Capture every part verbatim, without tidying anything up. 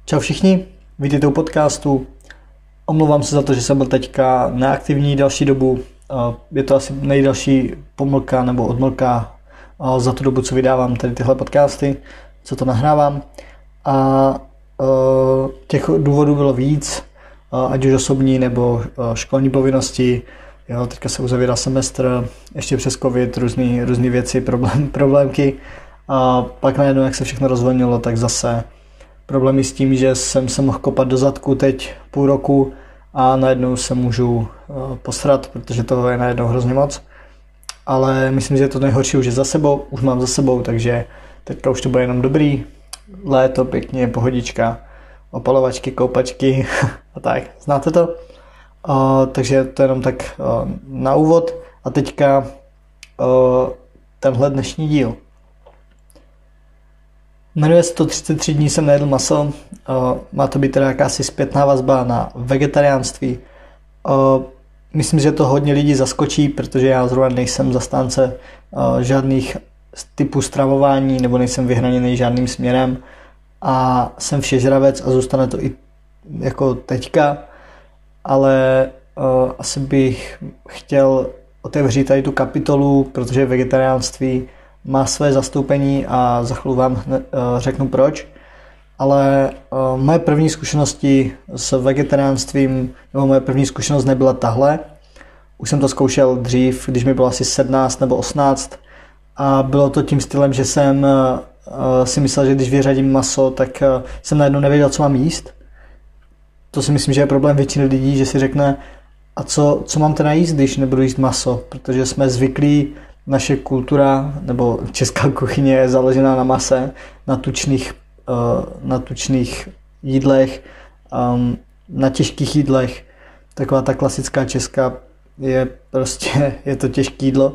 Čau všichni, vítejte u podcastu. Omlouvám se za to, že jsem byl teďka neaktivní další dobu. Je to asi nejdelší pomlka nebo odmlka za tu dobu, co vydávám tady tyhle podcasty, co to nahrávám. A těch důvodů bylo víc, ať už osobní nebo školní povinnosti. Jo, teďka se uzavírá semestr, ještě přes covid, různý, různý věci, problém, problémky. A pak najednou, jak se všechno rozvolnilo, tak zase problémy s tím, že jsem se mohl kopat do zadku teď půl roku a najednou se můžu posrat, protože toho je najednou hrozně moc. Ale myslím, že to nejhorší už je za sebou, už mám za sebou, takže teďka už to bude jenom dobrý. Léto, pěkně, pohodička, opalovačky, koupačky a tak. Znáte to? Uh, takže to jenom tak uh, na úvod. A teďka uh, tenhle dnešní díl. Jmenuje se to třicet tři dní jsem nejedl maso. Uh, má to být teda jakási zpětná vazba na vegetariánství. Uh, myslím, že to hodně lidí zaskočí, protože já zrovna nejsem zastánce uh, žádných typů stravování, nebo nejsem vyhraněný žádným směrem. A jsem všežravec a zůstane to i jako teďka. Ale uh, asi bych chtěl otevřít tady tu kapitolu, protože vegetariánství má své zastoupení a za chvíli vám uh, řeknu proč. Ale uh, moje první zkušenosti s vegetariánstvím, nebo moje první zkušenost nebyla tahle. Už jsem to zkoušel dřív, když mi bylo asi sedmnáct nebo osmnáct a bylo to tím stylem, že jsem uh, si myslel, že když vyřadím maso, tak uh, jsem najednou nevěděl, co mám jíst. To si myslím, že je problém většiny lidí, že si řekne, a co, co mám teda jíst, když nebudu jíst maso, protože jsme zvyklí, naše kultura nebo česká kuchyně je založená na mase, na tučných, uh, na tučných jídlech, um, na těžkých jídlech. Taková ta klasická česká je prostě, je to těžké jídlo.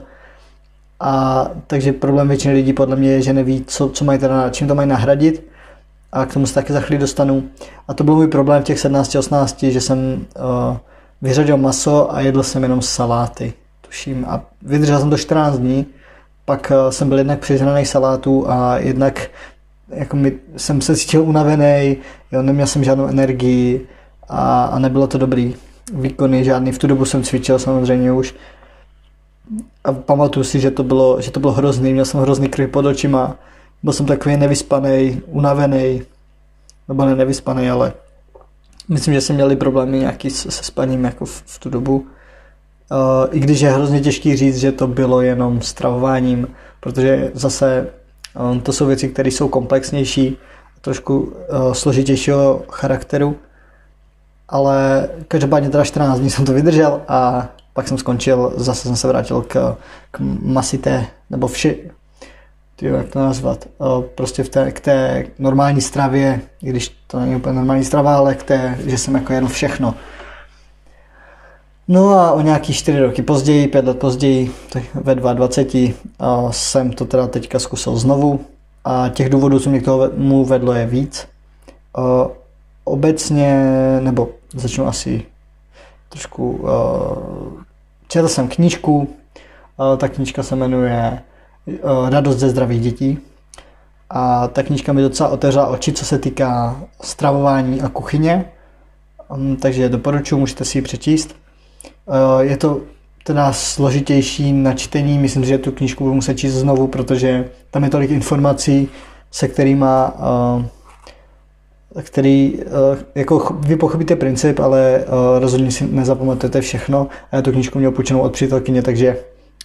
A takže problém většiny lidí podle mě je, že neví, co, co mají teda, čím to mají nahradit. A k tomu se taky za chvíli dostanu. A to byl můj problém v těch sedmnácti osmnácti, že jsem uh, vyřadil maso a jedl jsem jenom saláty, tuším. A vydržel jsem to čtrnáct dní, pak uh, jsem byl jednak přižranej salátů a jednak jako mi, jsem se cítil unavený, jo, neměl jsem žádnou energii a, a nebylo to dobrý. Výkony žádný, v tu dobu jsem cvičil samozřejmě už. A pamatuju si, že to bylo, že to bylo hrozný, měl jsem hrozný křik pod očima. Byl jsem takový nevyspanej, unavený, nebo ne nevyspanej, ale myslím, že jsem měli problémy nějaký se, se spaním jako v, v tu dobu. Uh, I když je hrozně těžký říct, že to bylo jenom stravováním, protože zase um, to jsou věci, které jsou komplexnější, trošku uh, složitějšího charakteru, ale každopádně teda čtrnáct dní jsem to vydržel a pak jsem skončil, zase jsem se vrátil k, k masité, nebo vši, Tyjo, jak to nazvat, prostě v té, k té normální stravě, i když to není úplně normální strava, ale k té, že jsem jako jedl všechno. No a o nějaký čtyři roky později, pět let později, ve dvaceti dva jsem to teda teďka zkusil znovu a těch důvodů, co mě k tomu vedlo, je víc. Obecně, nebo začnu asi trošku, četl jsem knížku, ta knížka se jmenuje Radost ze zdravých dětí a ta knížka mi docela otevřela oči, co se týká stravování a kuchyně, takže doporučuji, můžete si ji přečíst. Je to teda složitější na čtení, myslím, že tu knížku budu muset číst znovu, protože tam je tolik informací, se kterýma který, jako vy pochopíte princip, ale rozhodně si nezapamatujete všechno a já tu knížku měl půjčenou od přítelkyně, takže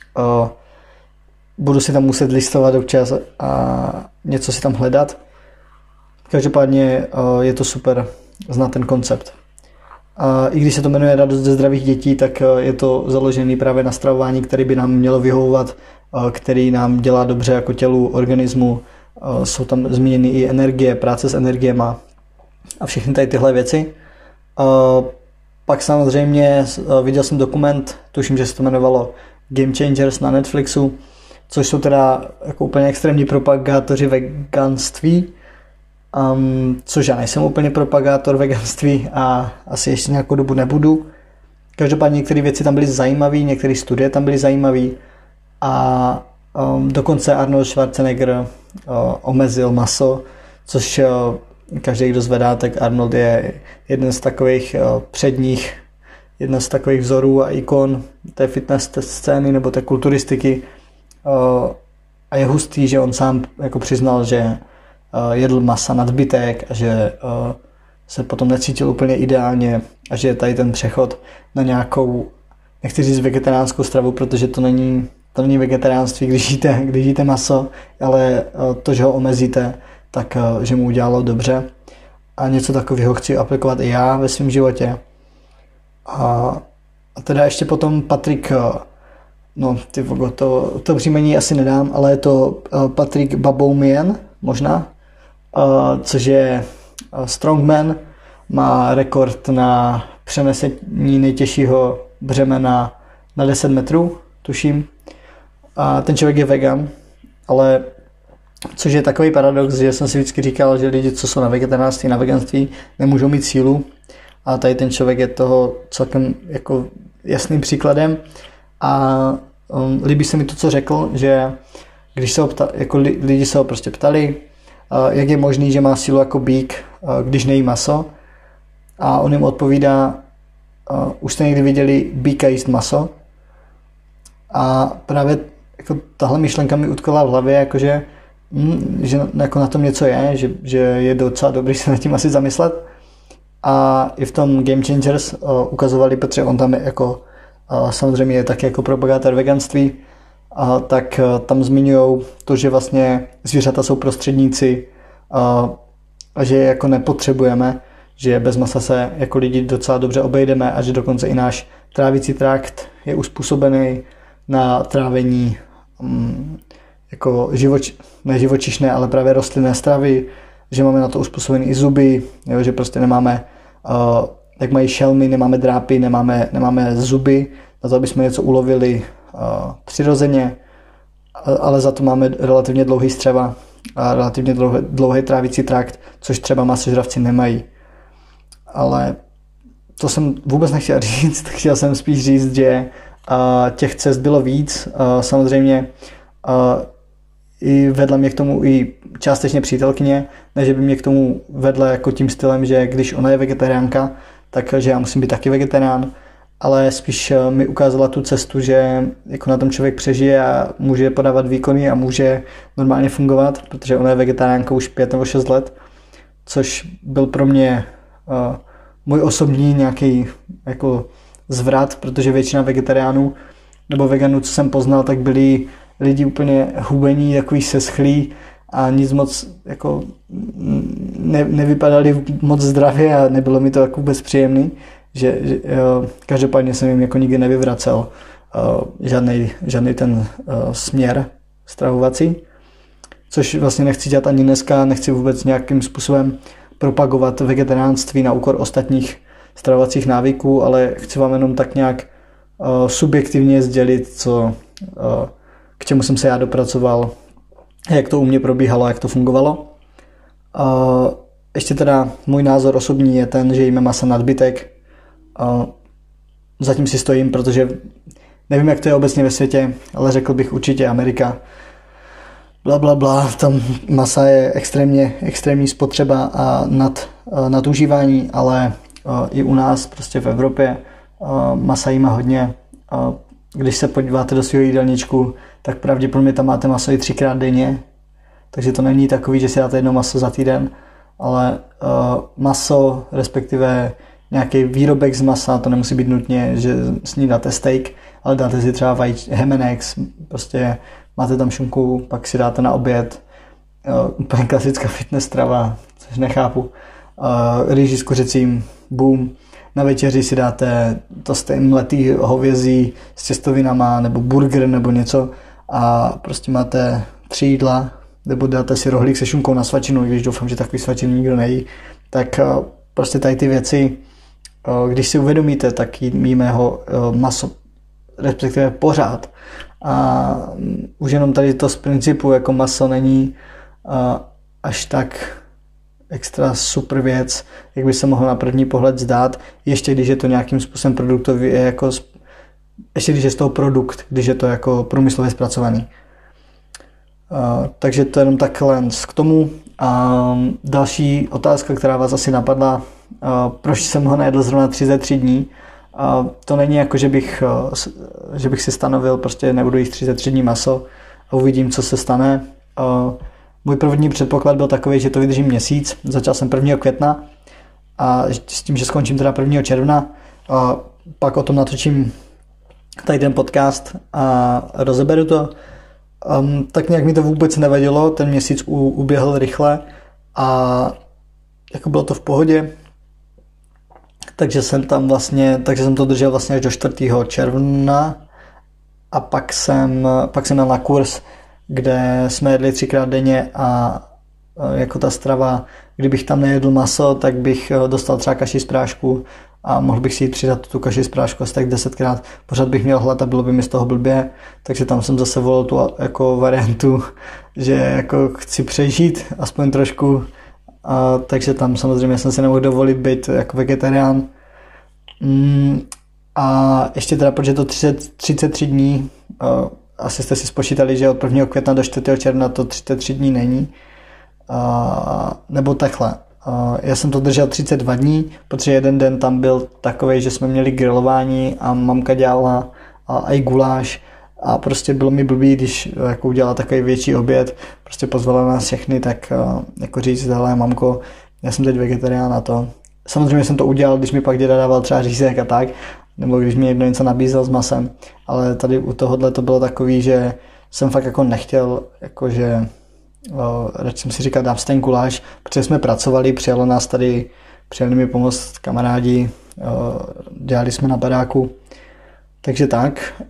budu si tam muset listovat občas a něco si tam hledat. Každopádně je to super znát ten koncept. A i když se to jmenuje Radost ze zdravých dětí, tak je to založený právě na stravování, který by nám mělo vyhovovat, který nám dělá dobře jako tělu, organismu. Jsou tam zmíněny i energie, práce s energiema a všechny tady tyhle věci. Pak samozřejmě viděl jsem dokument, tuším, že se to jmenovalo Game Changers na Netflixu, což jsou teda jako úplně extrémní propagátoři veganství, um, což já nejsem úplně propagátor veganství a asi ještě nějakou dobu nebudu. Každopádně některé věci tam byly zajímavé, některé studie tam byly zajímavé a um, dokonce Arnold Schwarzenegger uh, omezil maso, což uh, každý, kdo zvedá, tak Arnold je jeden z takových uh, předních, jedna z takových vzorů a ikon té fitness scény nebo té kulturistiky. Uh, a je hustý, že on sám jako přiznal, že uh, jedl masa nadbytek a že uh, se potom necítil úplně ideálně a že tady ten přechod na nějakou, nechci říct vegetariánskou stravu, protože to není, to není vegetariánství, když jíte, když jíte maso, ale to, že ho omezíte, tak že mu udělalo dobře. A něco takového chci aplikovat i já ve svém životě. A, a teda ještě potom Patrik, no ty vogo, to, to příjmení asi nedám, ale je to Patrik Baboumian, možná, což je strongman, má rekord na přenesení nejtěžšího břemena na deset metrů, tuším. A ten člověk je vegan, ale což je takový paradox, že jsem si vždycky říkal, že lidi, co jsou na vegetariánství, na veganství, nemůžou mít sílu. A tady ten člověk je toho celkem jako jasným příkladem. A um, líbí se mi to, co řekl, že když se ho pta, jako li, lidi se ho prostě ptali, uh, jak je možný, že má sílu jako býk, uh, když nejí maso. A on jim odpovídá, uh, už jste někdy viděli býka jíst maso? A právě jako tahle myšlenka mi utkala v hlavě, jakože, hm, že jako na tom něco je, že, že je docela dobrý se nad tím asi zamyslet. A i v tom Game Changers uh, ukazovali, protože on tam je jako, uh, samozřejmě je taky jako propagátor veganství, uh, tak uh, tam zmiňují to, že vlastně zvířata jsou prostředníci uh, a že je jako nepotřebujeme, že bez masa se jako lidi docela dobře obejdeme a že dokonce i náš trávicí trakt je uspůsobený na trávení um, jako živoč, ne živočišné, ale právě rostlinné stravy, že máme na to uspůsobený i zuby, jo, že prostě nemáme, uh, jak mají šelmy, nemáme drápy, nemáme, nemáme zuby, na to, aby jsme něco ulovili uh, přirozeně, ale za to máme relativně dlouhý střeva a relativně dlouhý, dlouhý trávicí trakt, což třeba masožravci nemají. Ale to jsem vůbec nechtěl říct, chtěl jsem spíš říct, že uh, těch cest bylo víc, uh, samozřejmě uh, i vedla mě k tomu i částečně přítelkyně, ne, že by mě k tomu vedla jako tím stylem, že když ona je vegetariánka, takže já musím být taky vegetarián, ale spíš mi ukázala tu cestu, že jako na tom člověk přežije a může podávat výkony a může normálně fungovat, protože ona je vegetariánka už pět nebo šest let, což byl pro mě uh, můj osobní nějaký jako zvrat, protože většina vegetariánů nebo veganů, co jsem poznal, tak byli lidi úplně hubení, takový seschlí a nic moc jako ne, nevypadali moc zdravě a nebylo mi to jako vůbec příjemný, že, že jo, každopádně jsem jim jako nikdy nevyvracel uh, žádnej, žádný ten uh, směr stravovací, což vlastně nechci dělat ani dneska, nechci vůbec nějakým způsobem propagovat vegetariánství na úkor ostatních stravovacích návyků, ale chci vám jenom tak nějak uh, subjektivně sdělit, co uh, k čemu jsem se já dopracoval, jak to u mě probíhalo, jak to fungovalo. Uh, ještě teda můj názor osobní je ten, že jíme masa nadbytek. Uh, zatím si stojím, protože nevím, jak to je obecně ve světě, ale řekl bych určitě Amerika. Bla, bla, bla, tam masa je extrémně, extrémní spotřeba a nad, uh, nadužívání, ale uh, i u nás prostě v Evropě uh, masa jíma hodně. Uh, Když se podíváte do svého jídelníčku, tak pravděpodobně tam máte maso i třikrát denně. Takže to není takový, že si dáte jedno maso za týden, ale uh, maso, respektive nějaký výrobek z masa, to nemusí být nutně, že snídáte steak, ale dáte si třeba vajč, hemenex, prostě máte tam šunku, pak si dáte na oběd. Uh, úplně klasická fitness strava, což nechápu. Uh, rýži s kuřecím, boom. Na večeři si dáte to mletý hovězí s těstovinama nebo burger nebo něco a prostě máte tři jídla, nebo dáte si rohlík se šunkou na svačinu, když doufám, že takový svačinu nikdo nejí, tak prostě tady ty věci, když si uvědomíte, tak jíme ho maso, respektive pořád. A už jenom tady to z principu, jako maso není až tak extra super věc, jak by se mohlo na první pohled zdát, ještě když je to nějakým způsobem produktový, jako, ještě když je z toho produkt, když je to jako průmyslově zpracovaný. Uh, takže to je jenom takhle k tomu. Um, další otázka, která vás asi napadla, uh, proč jsem ho nejedl zrovna třicet tři dní. Uh, to není jako, že bych, uh, že bych si stanovil, prostě nebudu jíst třicet tři dní maso a uvidím, co se stane. Uh, můj první předpoklad byl takový, že to vydržím měsíc. Začal jsem prvního května a s tím, že skončím teda prvního června. Uh, pak o tom natočím tady ten podcast a rozeberu to. Um, tak nějak mi to vůbec nevadilo, ten měsíc u, uběhl rychle a jako bylo to v pohodě, takže jsem tam vlastně, takže jsem to držel vlastně až do čtvrtého června a pak jsem, pak jsem měl na kurz, kde jsme jedli třikrát denně a jako ta strava, kdybych tam nejedl maso, tak bych dostal třeba kaši z prášku a mohl bych si jít přidat tu kaši z prášku asi tak desetkrát. Pořád bych měl hlad a bylo by mi z toho blbě, takže tam jsem zase volil tu jako variantu, že jako chci přežít aspoň trošku, a, takže tam samozřejmě jsem si nemohl dovolit být jako vegetarián. Mm, a ještě teda, protože to třicet, třicet tři dní, a, asi jste si spočítali, že od prvního května do čtvrtého června to třicet tři dní není, a, nebo takhle. Já jsem to držel třicet dva dní, protože jeden den tam byl takovej, že jsme měli grilování a mamka dělala a i guláš a prostě bylo mi blbý, když jako udělala takový větší oběd, prostě pozvala nás všechny, tak jako říct, hele mamko, já jsem teď vegetarián a to. Samozřejmě jsem to udělal, když mi pak děda dával třeba řízek a tak, nebo když mi někdo něco nabízel s masem, ale tady u tohohle to bylo takový, že jsem fakt jako nechtěl, jakože radši jsem si říkal, dám si ten guláš, protože jsme pracovali, přijelo nás tady, přijeli mi pomoct kamarádi, dělali jsme na baráku, takže tak.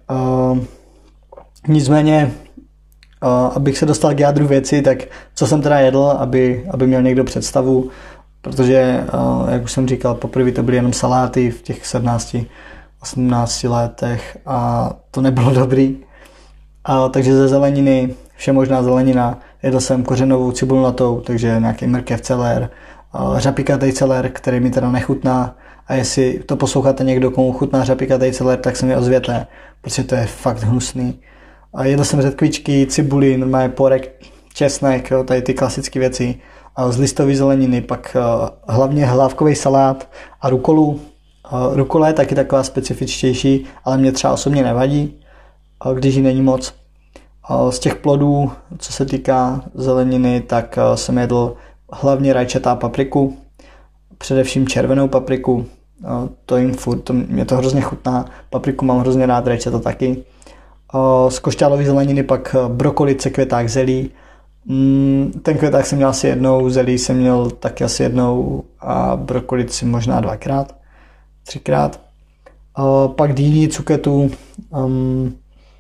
Nicméně, abych se dostal k jádru věci, tak co jsem teda jedl, aby, aby měl někdo představu, protože, jak už jsem říkal, poprvé to byly jenom saláty v těch sedmnácti osmnácti letech a to nebylo dobrý. A, takže ze zeleniny, vše možná zelenina, jedl jsem kořenovou cibulnatou, takže nějaký mrkev celer, řapíkatej celer, který mi teda nechutná, a jestli to posloucháte někdo, komu chutná řapíkatej celer, tak se mi ozvěte, protože to je fakt hnusný. A jedl jsem řetkvičky, cibuli, normálně porek, česnek, jo, tady ty klasické věci, a z listové zeleniny, pak hlavně hlávkový salát a rukolu. Rukola je taky taková specifičtější, ale mě třeba osobně nevadí, když ji není moc. Z těch plodů, co se týká zeleniny, tak jsem jedl hlavně rajčata a papriku, především červenou papriku, to jim furt, to, mě to hrozně chutná, papriku mám hrozně rád, rajčata taky. Z košťálové zeleniny pak brokolice, květák, zelí. Ten květák jsem měl asi jednou, zelí jsem měl taky asi jednou a brokolici možná dvakrát, třikrát. Pak dýni, cuketu, um,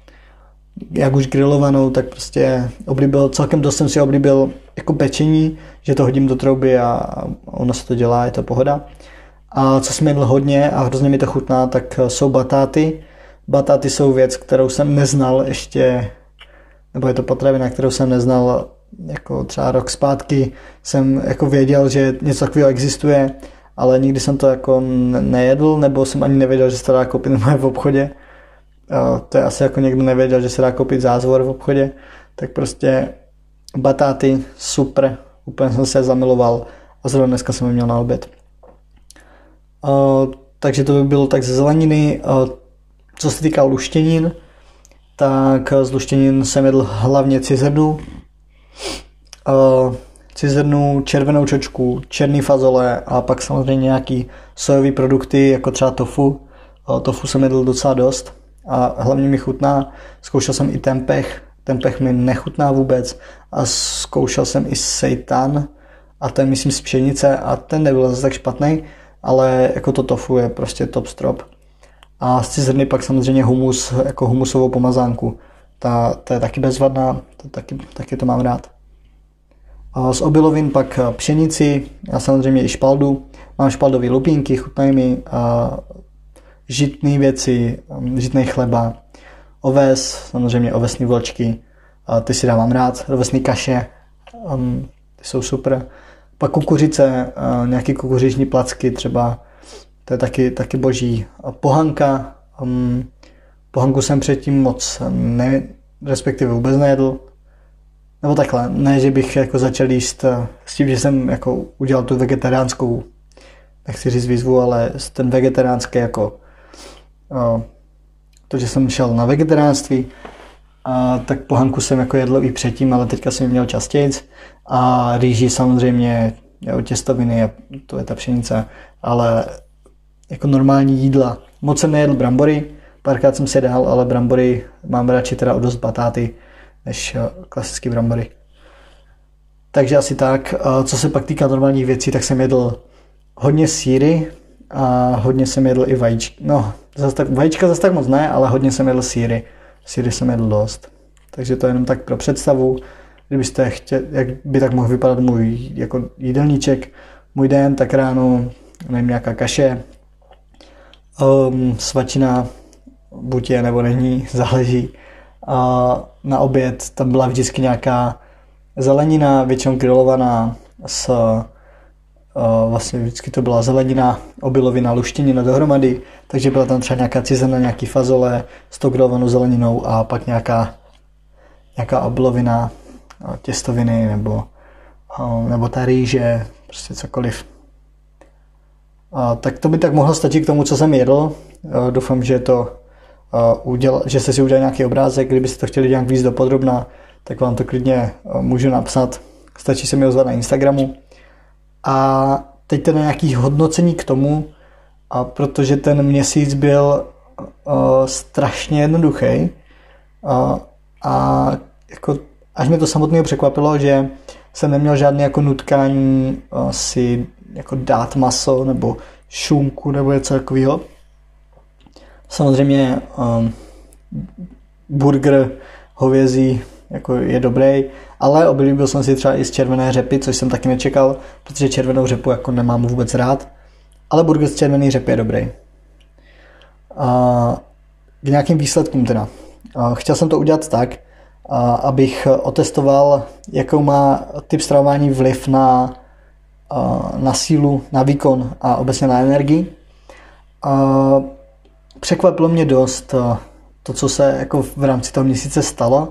jak už grilovanou, tak prostě oblíbil, celkem dost jsem si oblíbil jako pečení, že to hodím do trouby a ono se to dělá, je to pohoda. A co jsem jedl hodně a hrozně mi to chutná, tak jsou batáty. Batáty jsou věc, kterou jsem neznal ještě, nebo je to potravina, kterou jsem neznal jako třeba rok zpátky. Jsem jako věděl, že něco takového existuje, ale nikdy jsem to jako nejedl, nebo jsem ani nevěděl, že se to dá koupit v obchodě. To je asi jako někdo nevěděl, že se dá koupit zázvor v obchodě, tak prostě batáty, super, úplně jsem se zamiloval a zrovna dneska jsem je měl na oběd. Uh, takže to by bylo tak ze zeleniny. Uh, co se týká luštěnin, tak z luštěnin jsem jedl hlavně cizrnu, uh, cizrnu, červenou čočku, černý fazole a pak samozřejmě nějaký sojové produkty, jako třeba tofu. Uh, tofu jsem jedl docela dost a hlavně mi chutná. Zkoušel jsem i tempeh, tempeh mi nechutná vůbec a zkoušel jsem i seitan a to je myslím z pšenice a ten nebyl zase tak špatný, ale jako to tofu je prostě top strop. A z cizrny pak samozřejmě humus, jako humusovou pomazánku. Ta, ta je taky bezvadná, to taky, taky to mám rád. A z obilovin pak pšenici a samozřejmě i špaldu. Mám špaldové lupínky, chutnají mi, a žitné věci, žitný chleba, oves, samozřejmě ovesní vločky, a ty si dávám rád, ovesní kaše, um, ty jsou super. Pak kukuřice, uh, nějaký kukuřiční placky třeba, to je taky, taky boží. A pohanka, um, pohanku jsem předtím moc ne, respektive vůbec nejedl. nebo takhle, ne, že bych jako začal jíst s tím, že jsem jako udělal tu vegetariánskou, nechci říct výzvu, ale ten vegetariánský jako o, to, že jsem šel na vegetariánství, a tak pohanku jsem jako jedl i předtím, ale teďka jsem ji měl častěji a rýži samozřejmě, jo, těstoviny, a to je ta pšenice, ale jako normální jídla. Moc jsem nejedl brambory, párkrát jsem si dal, ale brambory mám radši teda o dost batáty, než klasické brambory. Takže asi tak. Co se pak týká normálních věcí, tak jsem jedl hodně sýry a hodně jsem jedl i vajíčky. No, zase tak, vajíčka zase tak moc ne, ale hodně jsem jedl sýry. Sýry jsem jedl dost. Takže to je jenom tak pro představu. Kdybyste chtěli, jak by tak mohl vypadat můj jako jídelníček, můj den, tak ráno, nevím, nějaká kaše, um, svačina, buď je nebo není, záleží. A na oběd tam byla vždycky nějaká zelenina, většinou grilovaná s uh, vlastně vždycky to byla zelenina, obilovina, luštěnina dohromady, takže byla tam třeba nějaká cizena, nějaký fazole s tou grilovanou zeleninou a pak nějaká, nějaká obilovina, těstoviny nebo, uh, nebo ta rýže, prostě cokoliv. Uh, tak to by tak mohlo stačit k tomu, co jsem jedl. Uh, doufám, že to Uh, uděla, že jste si udělali nějaký obrázek, kdybyste to chtěli nějak víc dopodrobna, tak vám to klidně uh, můžu napsat. Stačí se mi ozvat na Instagramu. A teď teda nějaký hodnocení k tomu, a protože ten měsíc byl uh, strašně jednoduchý uh, a jako, až mě to samotného překvapilo, že jsem neměl žádné jako nutkání uh, si jako dát maso nebo šunku nebo něco takového. Samozřejmě um, burger hovězí jako je dobrý, ale oblíbil jsem si třeba i z červené řepy, což jsem taky nečekal, protože červenou řepu jako nemám vůbec rád, ale burger z červené řepy je dobrý. A k nějakým výsledkům teda. A chtěl jsem to udělat tak, a abych otestoval, jakou má typ stravování vliv na, na sílu, na výkon a obecně na energii. A překvapilo mě dost to, co se jako v rámci toho měsíce stalo,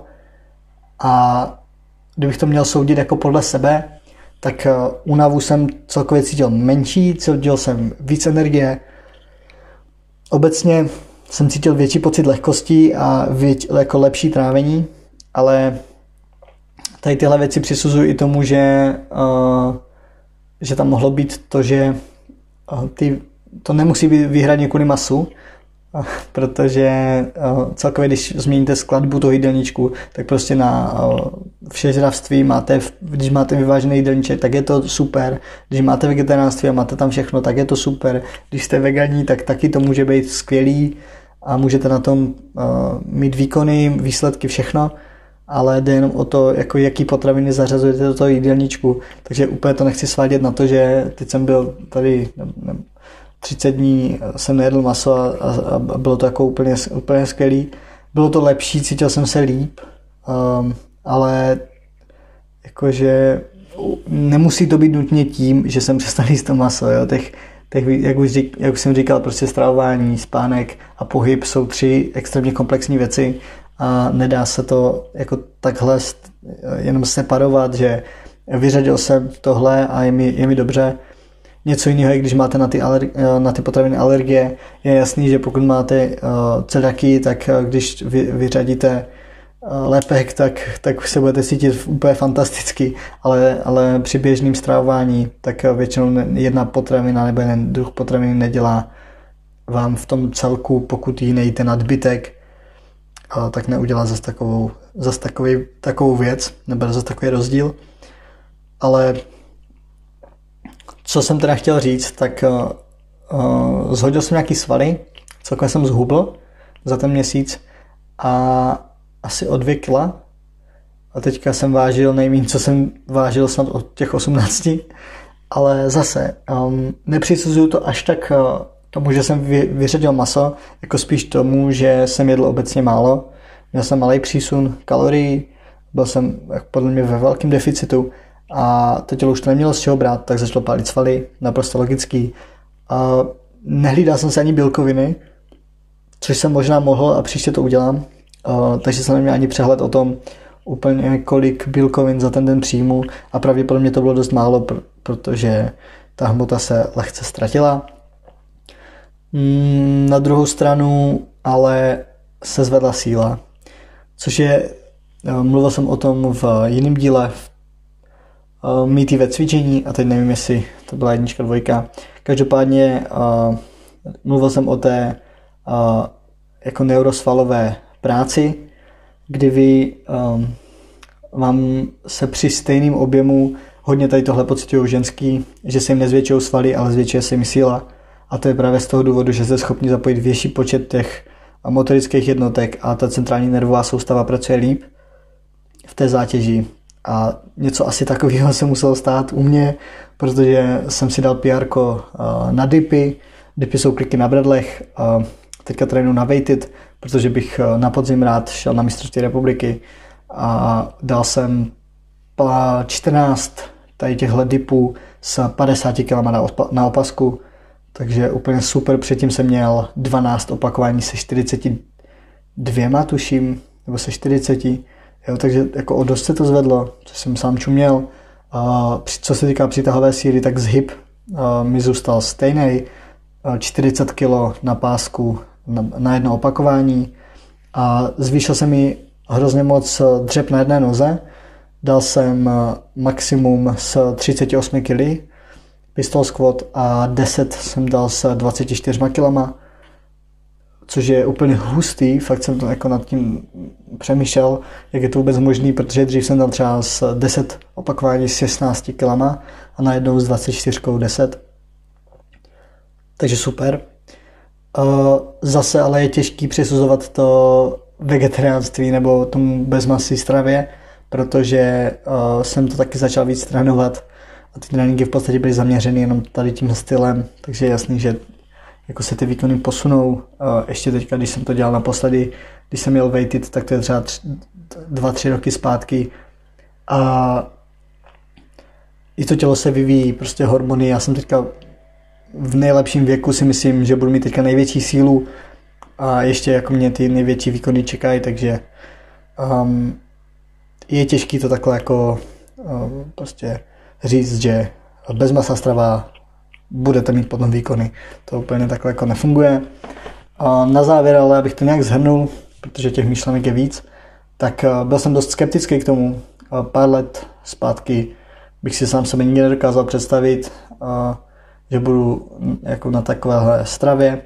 a kdybych to měl soudit jako podle sebe, tak únavu jsem celkově cítil menší, cítil jsem víc energie, obecně jsem cítil větší pocit lehkosti a věť, jako lepší trávení, ale tady tyhle věci přisuzují i tomu, že, uh, že tam mohlo být to, že uh, ty, to nemusí být výhradně kvůli masu, protože uh, celkově, když změníte skladbu toho jídelníčku, tak prostě na uh, všežravství máte, když máte vyvážený jídelníček, tak je to super. Když máte vegetariánství a máte tam všechno, tak je to super. Když jste veganí, tak taky to může být skvělý a můžete na tom uh, mít výkony, výsledky, všechno, ale jde jenom o to, jako jaký potraviny zařazujete do toho jídelníčku. Takže úplně to nechci svádět na to, že teď jsem byl tady ne, ne, třicet dní jsem nejedl maso a, a, a bylo to jako úplně, úplně skvělý. Bylo to lepší, cítil jsem se líp, um, ale jakože nemusí to být nutně tím, že jsem přestal jíst to maso. Jo? Těch, těch, jak, už řík, jak už jsem říkal, prostě stravování, spánek a pohyb jsou tři extrémně komplexní věci a nedá se to jako takhle jenom separovat, že vyřadil jsem tohle a je mi, je mi dobře. Něco jiného je, když máte na ty, aler- na ty potraviny alergie. Je jasný, že pokud máte uh, celiaky, tak uh, když vy, vyřadíte uh, lepek, tak, tak se budete cítit úplně fantasticky, ale, ale při běžném stravování tak uh, většinou jedna potravina nebo jeden druh potraviny nedělá vám v tom celku, pokud ji nejíte nadbytek, uh, tak neudělá zase takovou, zase takový, takovou věc, nebo zase takový rozdíl. Ale co jsem teda chtěl říct, tak uh, uh, zhodil jsem nějaký svaly, celkově jsem zhubl za ten měsíc a asi o dvě kila. A teďka jsem vážil nejméně, co jsem vážil snad od těch osmnácti, ale zase um, nepřisuzuju to až tak uh, tomu, že jsem vy, vyřadil maso, jako spíš tomu, že jsem jedl obecně málo. Měl jsem malý přísun kalorií, byl jsem podle mě ve velkém deficitu, a to tělo už to nemělo z čeho brát, tak začalo pálit svaly, naprosto logický. A nehlídal jsem se ani bílkoviny, což jsem možná mohl a příště to udělám. A takže jsem neměl ani přehled o tom, úplně kolik bílkovin za ten den přijmu a pravděpodobně to bylo dost málo, protože ta hmota se lehce ztratila. Na druhou stranu ale se zvedla síla, což je, mluvil jsem o tom v jiném díle, mýty ve cvičení, a teď nevím, jestli to byla jednička, dvojka. Každopádně mluvil jsem o té jako neurosvalové práci, kdy vy vám se při stejném objemu, hodně tady tohle pocitují ženský, že se jim nezvětšují svaly, ale zvětšuje se jim síla. A to je právě z toho důvodu, že jste schopni zapojit větší počet těch motorických jednotek a ta centrální nervová soustava pracuje líp v té zátěži. A něco asi takového se muselo stát u mě, protože jsem si dal pé erko na dipy. Dipy jsou kliky na bradlech. Teďka trénuji na weighted, protože bych na podzim rád šel na mistrovství republiky. A dal jsem čtrnáct tady těchto dipů s padesáti kilama na opasku. Takže úplně super. Předtím jsem měl dvanáct opakování se čtyřiceti dvěma, tuším, nebo se čtyřiceti. Jo, takže jako o dost se to zvedlo, co jsem sám čuměl. Uh, co se týká přítahové síly, tak zhyb uh, mi zůstal stejný. Uh, čtyřicet kilo na pásku na, na jedno opakování. A zvýšil se mi hrozně moc dřep na jedné noze. Dal jsem maximum s třiceti osmi kily pistol squat a deset jsem dal s dvaceti čtyřmi kilama, což je úplně hustý. Fakt jsem to jako nad tím přemýšlel, jak je to vůbec možný, protože dřív jsem dal třeba s deset opakování s šestnácti kilama a najednou s dvaceti čtyřmi deset. Takže super. Zase ale je těžký přisuzovat to vegetariánství nebo tomu bezmasné stravě, protože jsem to taky začal víc trénovat a ty tréninky v podstatě byly zaměřeny jenom tady tím stylem, takže je jasný, že jako se ty výkony posunou. Ještě teďka, když jsem to dělal naposledy, když jsem měl weighted, tak to je třeba tři, dva, tři roky zpátky a i to tělo se vyvíjí, prostě hormony. Já jsem teďka v nejlepším věku, si myslím, že budu mít teďka největší sílu a ještě jako mě ty největší výkony čekají, takže um, je těžký to takhle jako um, prostě říct, že bezmasná strava budete mít potom výkony. To úplně takhle jako nefunguje. A na závěr, ale abych to nějak shrnul, protože těch myšlenek je víc, tak byl jsem dost skeptický k tomu. Pár let zpátky bych si sám sebe nikdy nedokázal představit, že budu jako na takovéhle stravě,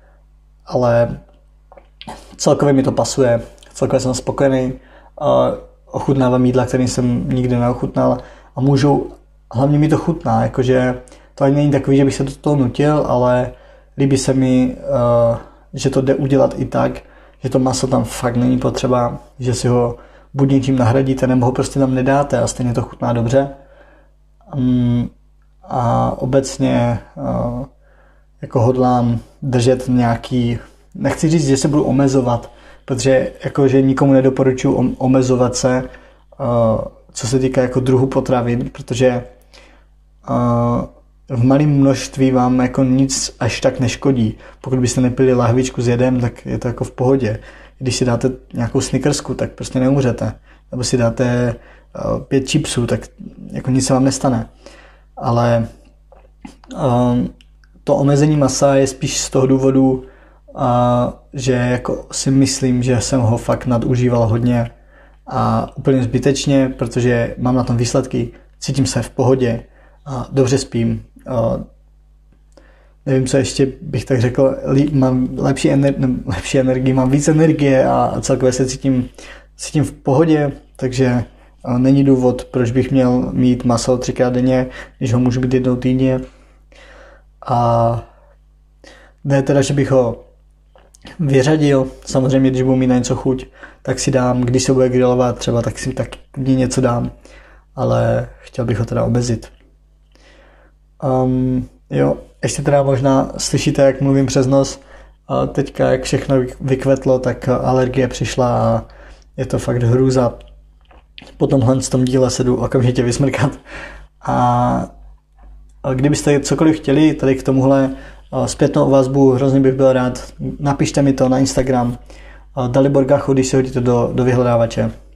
ale celkově mi to pasuje, celkově jsem spokojený, ochutnávám jídla, které jsem nikdy neochutnal a můžu, hlavně mi to chutná, jakože to ani není takový, že bych se do toho nutil, ale líbí se mi, že to jde udělat i tak, že to maso tam fakt není potřeba, že si ho buď něčím nahradíte, nebo ho prostě tam nedáte a stejně to chutná dobře. A obecně jako hodlám držet nějaký, nechci říct, že se budu omezovat, protože jakože nikomu nedoporučuji omezovat se, co se týká jako druhu potravin, protože v malém množství vám jako nic až tak neškodí. Pokud byste nepili lahvičku s jedem, tak je to jako v pohodě. Když si dáte nějakou snickersku, tak prostě neumřete. Nebo si dáte pět chipsů, tak jako nic se vám nestane. Ale um, to omezení masa je spíš z toho důvodu, uh, že jako si myslím, že jsem ho fakt nadužíval hodně a úplně zbytečně, protože mám na tom výsledky, cítím se v pohodě a dobře spím. Uh, nevím, co ještě bych tak řekl, lí, mám lepší, ener- lepší energii, mám víc energie a celkově se cítím, cítím v pohodě, takže uh, není důvod, proč bych měl mít maso třikrát denně, když ho můžu být jednou týdně. A ne teda, že bych ho vyřadil, samozřejmě, když budu mít na něco chuť, tak si dám, když se bude grillovat třeba, tak si tak něco dám, ale chtěl bych ho teda omezit. Um, jo, ještě teda možná slyšíte, jak mluvím přes nos. A teďka, jak všechno vykvetlo, tak alergie přišla a je to fakt hrůza. Po tomhle z tom díle se jdu okamžitě vysmrkat. A kdybyste cokoliv chtěli tady k tomuhle zpětnou vazbu, hrozně bych byl rád. Napište mi to na Instagram. Dalibor Gachu, když se hodíte do, do vyhledávače.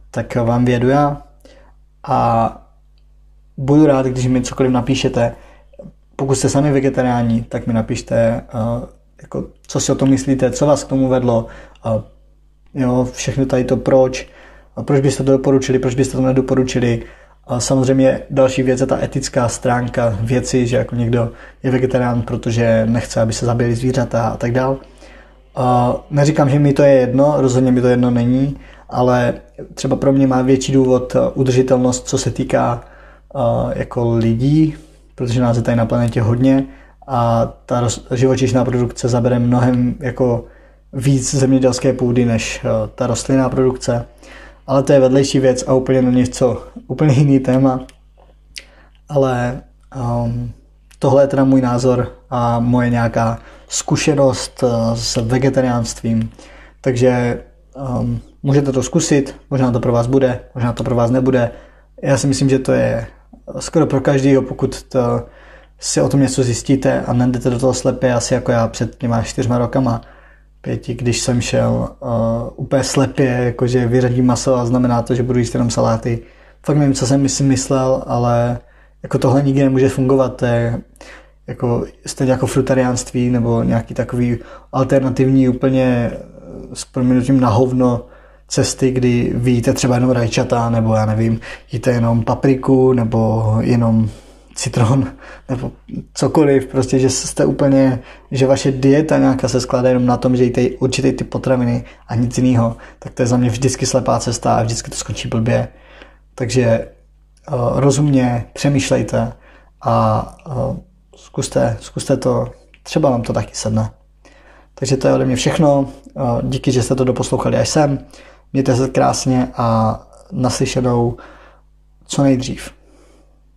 tak vám vědu já a budu rád, když mi cokoliv napíšete. Pokud jste sami vegetariáni, tak mi napište, uh, jako, co si o tom myslíte, co vás k tomu vedlo, uh, jo, všechno tady to proč, uh, proč byste to doporučili, proč byste to nedoporučili. Uh, samozřejmě další věc je ta etická stránka věci, že jako někdo je vegetarián, protože nechce, aby se zabili zvířata a tak dál. Uh, neříkám, že mi to je jedno, rozhodně mi to jedno není, ale třeba pro mě má větší důvod udržitelnost, co se týká uh, jako lidí, protože nás je tady na planetě hodně a ta živočišná produkce zabere mnohem jako víc zemědělské půdy než uh, ta rostlinná produkce. Ale to je vedlejší věc a úplně na něco, úplně jiný téma. Ale um, tohle je teda můj názor a moje nějaká zkušenost uh, s vegetariánstvím. Takže um, můžete to zkusit, možná to pro vás bude, možná to pro vás nebude. Já si myslím, že to je skoro pro každýho, pokud to si o tom něco zjistíte a nejdete do toho slepě, asi jako já před těma čtyřma rokama, pěti, když jsem šel uh, úplně slepě, jakože vyřadím maso a znamená to, že budu jíst jenom saláty. Fakt nevím, co jsem si myslel, ale jako tohle nikdy nemůže fungovat. To je jako, stejně jako frutariánství nebo nějaký takový alternativní úplně s proměnutím na hovno cesty, kdy vy jíte třeba jenom rajčata, nebo já nevím, jíte jenom papriku, nebo jenom citron, nebo cokoliv, prostě, že jste úplně, že vaše dieta nějaká se skládá jenom na tom, že jíte určitý typ potraviny a nic jiného, tak to je za mě vždycky slepá cesta a vždycky to skončí blbě. Takže uh, rozumně přemýšlejte a uh, zkuste, zkuste to, třeba vám to taky sedne. Takže to je ode mě všechno. Uh, díky, že jste to doposlouchali až sem. Mějte se krásně a naslyšenou co nejdřív.